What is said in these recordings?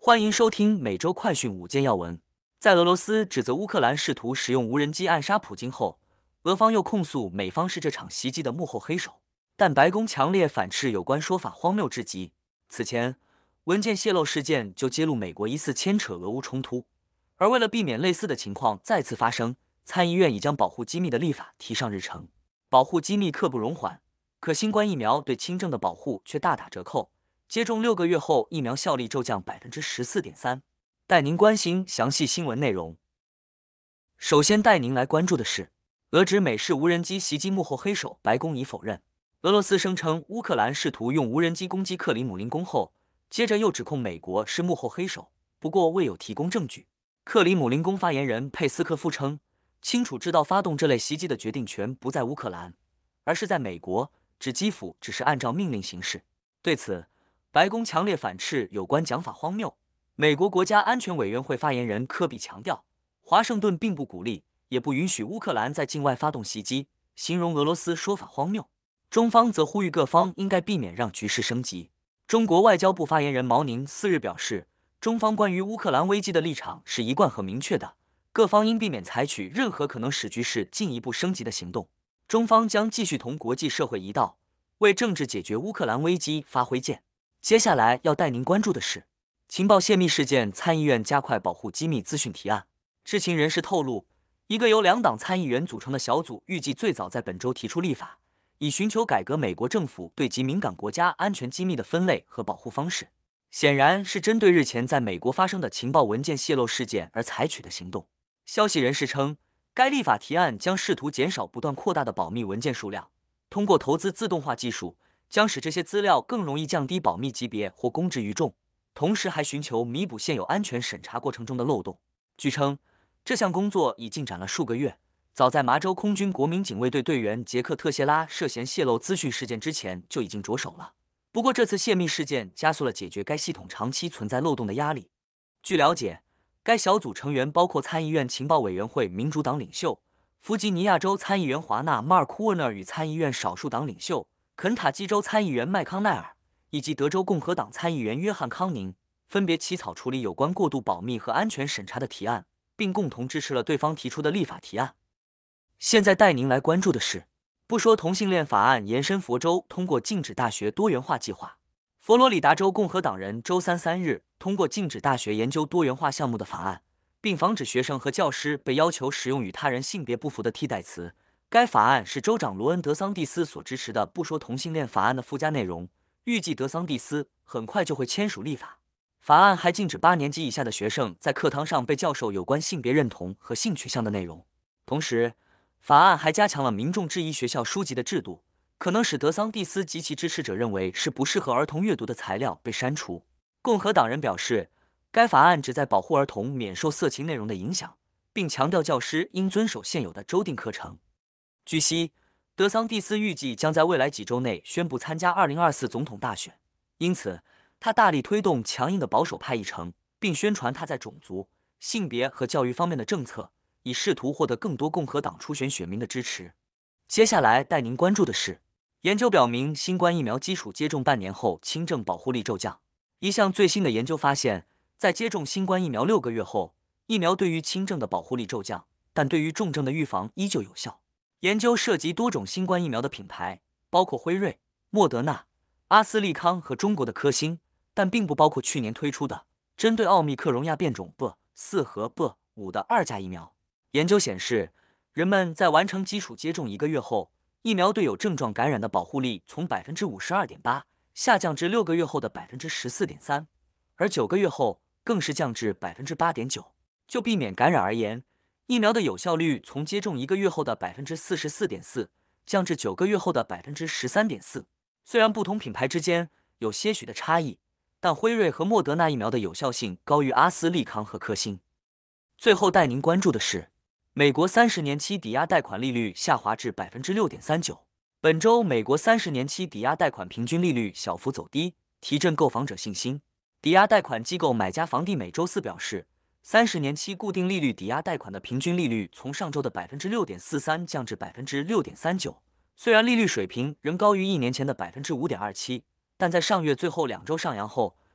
欢迎收听每周快讯5件要闻。在俄罗斯指责乌克兰试图使用无人机暗杀普京后，俄方又控诉美方是这场袭击的幕后黑手，但白宫强烈反斥有关说法荒谬至极。此前，文件泄露事件就揭露美国疑似牵扯俄乌冲突，而为了避免类似的情况再次发生，参议院已将保护机密的立法提上日程。保护机密刻不容缓，可新冠疫苗对轻症的保护却大打折扣。接种6个月后，疫苗效力骤降14.3%。带您关心详细新闻内容。首先带您来关注的是，俄指美式无人机袭击幕后黑手，白宫已否认。俄罗斯声称乌克兰试图用无人机攻击克里姆林宫后，接着又指控美国是幕后黑手，不过未有提供证据。克里姆林宫发言人佩斯科夫称，清楚知道发动这类袭击的决定权不在乌克兰，而是在美国，指基辅只是按照命令行事。对此，白宫强烈反斥有关讲法荒谬。美国国家安全委员会发言人科比强调，华盛顿并不鼓励，也不允许乌克兰在境外发动袭击，形容俄罗斯说法荒谬。中方则呼吁各方应该避免让局势升级。中国外交部发言人毛宁4日表示，中方关于乌克兰危机的立场是一贯和明确的，各方应避免采取任何可能使局势进一步升级的行动。中方将继续同国际社会一道，为政治解决乌克兰危机发挥剑。接下来要带您关注的是，情报泄密事件，参议院加快保护机密资讯提案。知情人士透露，一个由2党参议员组成的小组预计最早在本周提出立法，以寻求改革美国政府对极敏感国家安全机密的分类和保护方式。显然是针对日前在美国发生的情报文件泄露事件而采取的行动。消息人士称，该立法提案将试图减少不断扩大的保密文件数量，通过投资自动化技术，将使这些资料更容易降低保密级别或公之于众，同时还寻求弥补现有安全审查过程中的漏洞。据称，这项工作已进展了数个月，早在麻州空军国民警卫队队员杰克特谢拉涉嫌泄露资讯事件之前就已经着手了。不过这次泄密事件加速了解决该系统长期存在漏洞的压力。据了解，该小组成员包括参议院情报委员会民主党领袖弗吉尼亚州参议员华纳·马尔库沃纳尔与参议院少数党领袖肯塔基州参议员麦康奈尔以及德州共和党参议员约翰康宁，分别起草处理有关过度保密和安全审查的提案，并共同支持了对方提出的立法提案。现在带您来关注的是，不说同性恋法案延伸佛州通过禁止大学多元化计划。佛罗里达州共和党人周3日通过禁止大学研究多元化项目的法案，并防止学生和教师被要求使用与他人性别不符的替代词。该法案是州长罗恩·德桑蒂斯所支持的不说同性恋法案的附加内容，预计德桑蒂斯很快就会签署立法。法案还禁止8年级以下的学生在课堂上被教授有关性别认同和性取向的内容。同时，法案还加强了民众质疑学校书籍的制度，可能使德桑蒂斯及其支持者认为是不适合儿童阅读的材料被删除。共和党人表示，该法案旨在保护儿童免受色情内容的影响，并强调教师应遵守现有的州定课程。据悉，德桑蒂斯预计将在未来几周内宣布参加2024总统大选，因此他大力推动强硬的保守派议程，并宣传他在种族、性别和教育方面的政策，以试图获得更多共和党初选选民的支持。接下来带您关注的是，研究表明新冠疫苗基础接种半年后轻症保护力骤降。一项最新的研究发现，在接种新冠疫苗6个月后，疫苗对于轻症的保护力骤降，但对于重症的预防依旧有效。研究涉及多种新冠疫苗的品牌，包括辉瑞、莫德纳、阿斯利康和中国的科兴，但并不包括去年推出的针对奥密克戎亚变种 B.4 和 B.5 的2价疫苗。研究显示，人们在完成基础接种1个月后，疫苗对有症状感染的保护力从 52.8% 下降至6个月后的 14.3%， 而9个月后更是降至 8.9%。就避免感染而言，疫苗的有效率从接种1个月后的 44.4% 降至9个月后的 13.4%。虽然不同品牌之间有些许的差异，但辉瑞和莫德纳疫苗的有效性高于阿斯利康和科兴。最后带您关注的是，美国30年期抵押贷款利率下滑至 6.39%。本周，美国30年期抵押贷款平均利率小幅走低，提振购房者信心。抵押贷款机构买家房地美周4表示，30年期固定利率抵押贷款的平均利率从上周的 6.43% 降至 6.39%。虽然利率水平仍高于1年前的 5.27%，但在上月最后2周上扬后，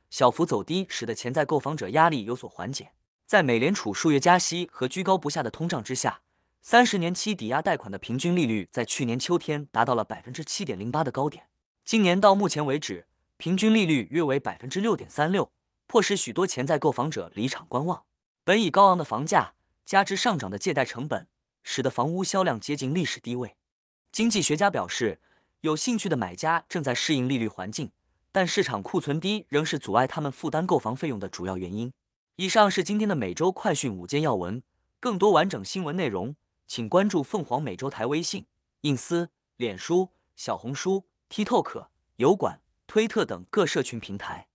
小幅走低，使得潜在购房者压力有所缓解。在美联储数月加息和居高不下的通胀之下，30年期抵押贷款的平均利率在去年秋天达到了7.08%的高点。今年到目前为止，平均利率约为6.36%，迫使许多潜在购房者离场观望。本已高昂的房价，加之上涨的借贷成本，使得房屋销量接近历史低位。经济学家表示，有兴趣的买家正在适应利率环境，但市场库存低仍是阻碍他们负担购房费用的主要原因。以上是今天的每周快讯5件要闻，更多完整新闻内容，请关注凤凰美洲台微信、印斯、脸书、小红书、TikTok、油管、推特等各社群平台。